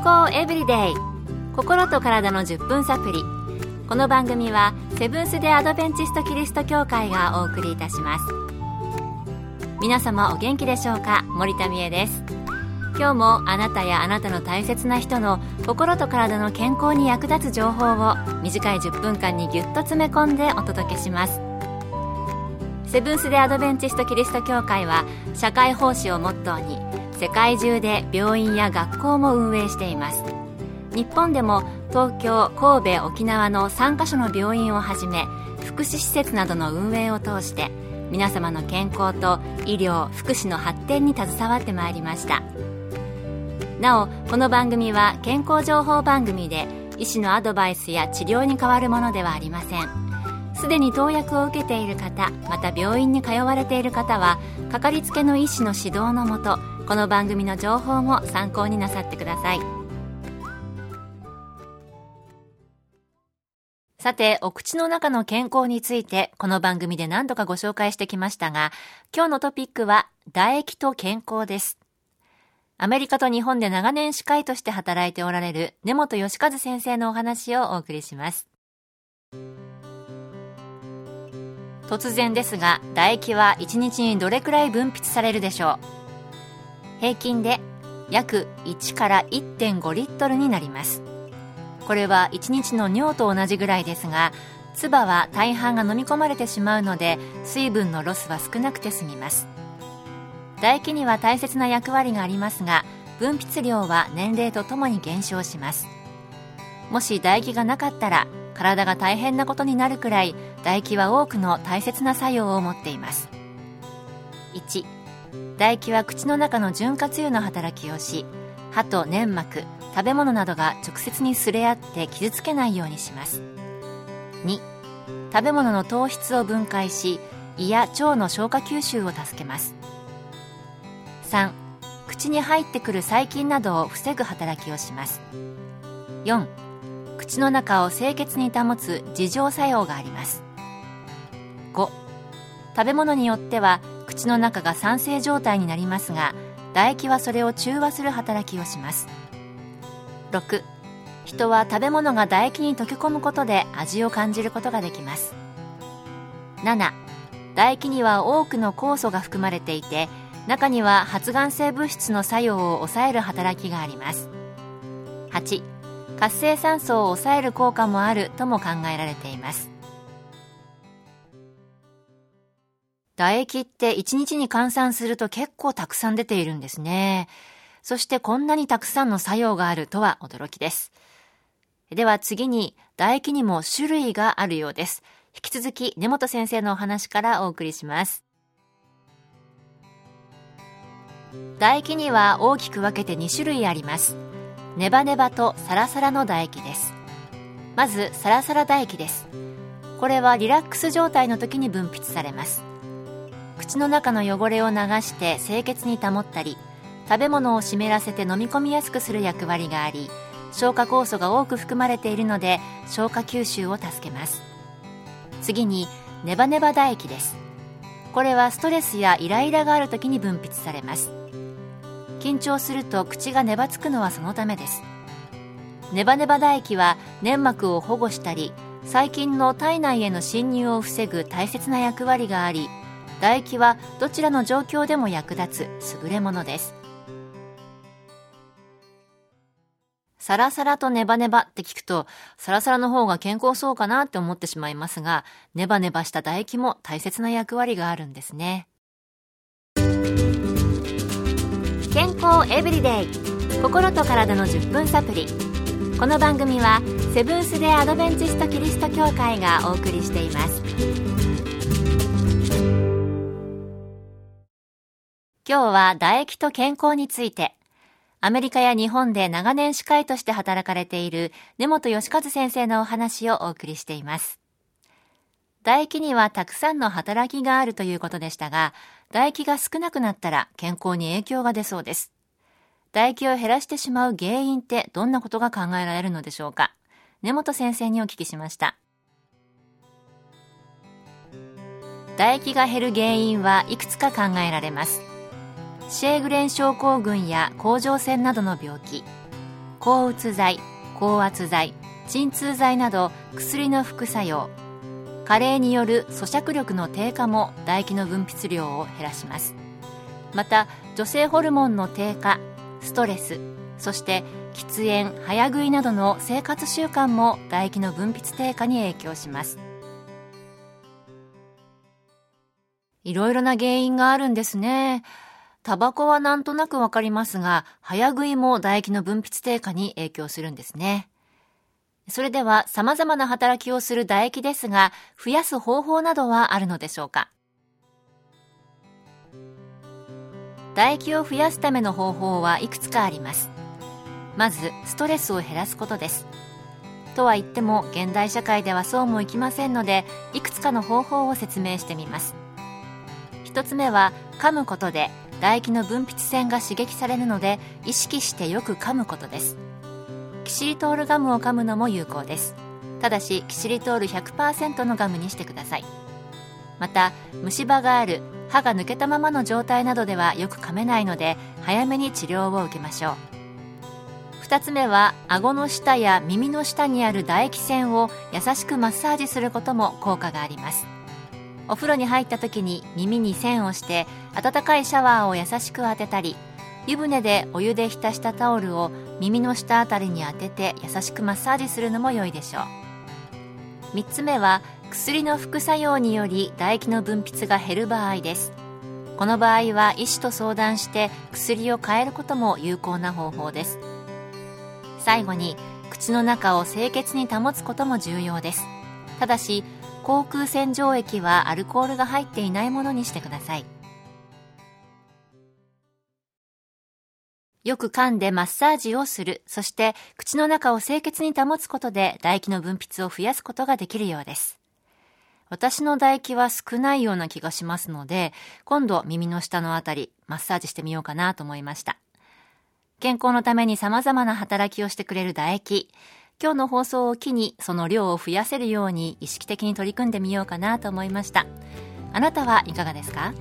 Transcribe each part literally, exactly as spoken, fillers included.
康エブリデイ、心と体のじゅっぷんサプリ。この番組はセブンス・デ・アドベンチスト・キリスト教会がお送りいたします。皆様お元気でしょうか。森田美恵です。今日もあなたやあなたの大切な人の心と体の健康に役立つ情報を短いじゅっぷんかんにぎゅっと詰め込んでお届けします。セブンス・デ・アドベンチスト・キリスト教会は社会奉仕をモットーに世界中で病院や学校も運営しています。日本でも東京、神戸、沖縄のさんカ所の病院をはじめ福祉施設などの運営を通して皆様の健康と医療・福祉の発展に携わってまいりました。なお、この番組は健康情報番組で医師のアドバイスや治療に代わるものではありません。すでに投薬を受けている方、また病院に通われている方はかかりつけの医師の指導のもと、この番組の情報も参考になさってください。さて、お口の中の健康についてこの番組で何度かご紹介してきましたが、今日のトピックは唾液と健康です。アメリカと日本で長年歯科医として働いておられる根本義和先生のお話をお送りします。突然ですが、唾液はいちにちにどれくらい分泌されるでしょう。平均で約いちからいってんごリットルになります。これはいちにちの尿と同じぐらいですが、唾は大半が飲み込まれてしまうので水分のロスは少なくて済みます。唾液には大切な役割がありますが、分泌量は年齢とともに減少します。もし唾液がなかったら体が大変なことになるくらい唾液は多くの大切な作用を持っています。いち、唾液は口の中の潤滑油の働きをし、歯と粘膜、食べ物などが直接に擦れ合って傷つけないようにします。に、食べ物の糖質を分解し、胃や腸の消化吸収を助けます。さん、口に入ってくる細菌などを防ぐ働きをします。よん、口の中を清潔に保つ自浄作用があります。ご、食べ物によっては口の中が酸性状態になりますが、唾液はそれを中和する働きをします。ろく、人は食べ物が唾液に溶け込むことで味を感じることができます。なな、唾液には多くの酵素が含まれていて、中には発がん性物質の作用を抑える働きがあります。はち、活性酸素を抑える効果もあるとも考えられています。唾液っていちにちに換算すると結構たくさん出ているんですね。そしてこんなにたくさんの作用があるとは驚きです。では次に、唾液にも種類があるようです。引き続き根本先生のお話からお送りします。唾液には大きく分けてに種類あります。ネバネバとサラサラの唾液です。まずサラサラ唾液です。これはリラックス状態の時に分泌されます。口の中の汚れを流して清潔に保ったり、食べ物を湿らせて飲み込みやすくする役割があり、消化酵素が多く含まれているので消化吸収を助けます。次にネバネバ唾液です。これはストレスやイライラがある時に分泌されます。緊張すると口がネバつくのはそのためです。ネバネバ唾液は粘膜を保護したり、細菌の体内への侵入を防ぐ大切な役割があり、唾液はどちらの状況でも役立つ優れものです。サラサラとネバネバって聞くと、サラサラの方が健康そうかなって思ってしまいますが、ネバネバした唾液も大切な役割があるんですね。健康エブリデイ、心と体のじゅっぷんサプリ。この番組はセブンス・デ・アドベンチスト・キリスト教会がお送りしています。今日は唾液と健康について、アメリカや日本で長年歯科医として働かれている根本義和先生のお話をお送りしています。唾液にはたくさんの働きがあるということでしたが、唾液が少なくなったら健康に影響が出そうです。唾液を減らしてしまう原因ってどんなことが考えられるのでしょうか。根本先生にお聞きしました。唾液が減る原因はいくつか考えられます。シェーグレン症候群や甲状腺などの病気、 抗うつ剤、高圧剤、鎮痛剤など薬の副作用、加齢による咀嚼力の低下も唾液の分泌量を減らします。また女性ホルモンの低下、ストレス、そして喫煙、早食いなどの生活習慣も唾液の分泌低下に影響します。いろいろな原因があるんですね。タバコはなんとなくわかりますが、早食いも唾液の分泌低下に影響するんですね。それでは様々な働きをする唾液ですが、増やす方法などはあるのでしょうか。唾液を増やすための方法はいくつかあります。まずストレスを減らすことです。とは言っても現代社会ではそうもいきませんので、いくつかの方法を説明してみます。一つ目は噛むことで唾液の分泌腺が刺激されるので、意識してよく噛むことです。キシリトールガムを噛むのも有効です。ただしキシリトール ひゃくパーセント のガムにしてください。また虫歯がある、歯が抜けたままの状態などではよく噛めないので、早めに治療を受けましょう。二つ目は顎の下や耳の下にある唾液腺を優しくマッサージすることも効果があります。お風呂に入った時に耳に線をして温かいシャワーを優しく当てたり、湯船でお湯で浸したタオルを耳の下あたりに当てて優しくマッサージするのも良いでしょう。三つ目は薬の副作用により唾液の分泌が減る場合です。この場合は医師と相談して薬を変えることも有効な方法です。最後に口の中を清潔に保つことも重要です。ただし口腔洗浄液はアルコールが入っていないものにしてください。よく噛んでマッサージをする、そして口の中を清潔に保つことで唾液の分泌を増やすことができるようです。私の唾液は少ないような気がしますので、今度耳の下のあたりマッサージしてみようかなと思いました。健康のために様々な働きをしてくれる唾液、今日の放送を機にその量を増やせるように意識的に取り組んでみようかなと思いました。あなたはいかがですか？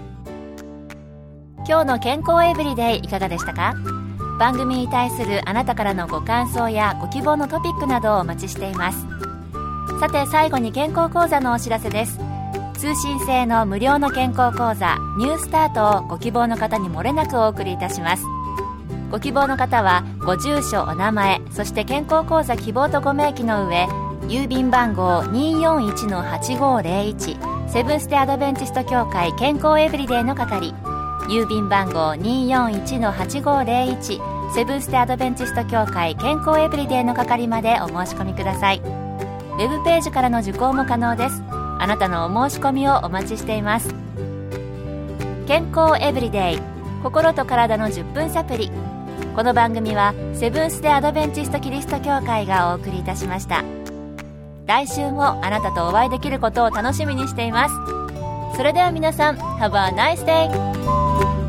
今日の健康エブリデイいかがでしたか？番組に対するあなたからのご感想やご希望のトピックなどをお待ちしています。さて最後に健康講座のお知らせです。通信制の無料の健康講座ニュースタートをご希望の方に漏れなくお送りいたします。ご希望の方はご住所、お名前、そして健康講座希望とご明記の上、郵便番号 にーよんいちのはちごーぜろいち セブンステアドベンチスト協会健康エブリデイの係、郵便番号 にーよんいちのはちごーぜろいち セブンステアドベンチスト協会健康エブリデイの係までお申し込みください。ウェブページからの受講も可能です。あなたのお申し込みをお待ちしています。健康エブリデイ、心と体のじゅっぷんサプリ。この番組はセブンス・デ・アドベンチスト・キリスト教会がお送りいたしました。来週もあなたとお会いできることを楽しみにしています。それでは皆さん、Have a nice day!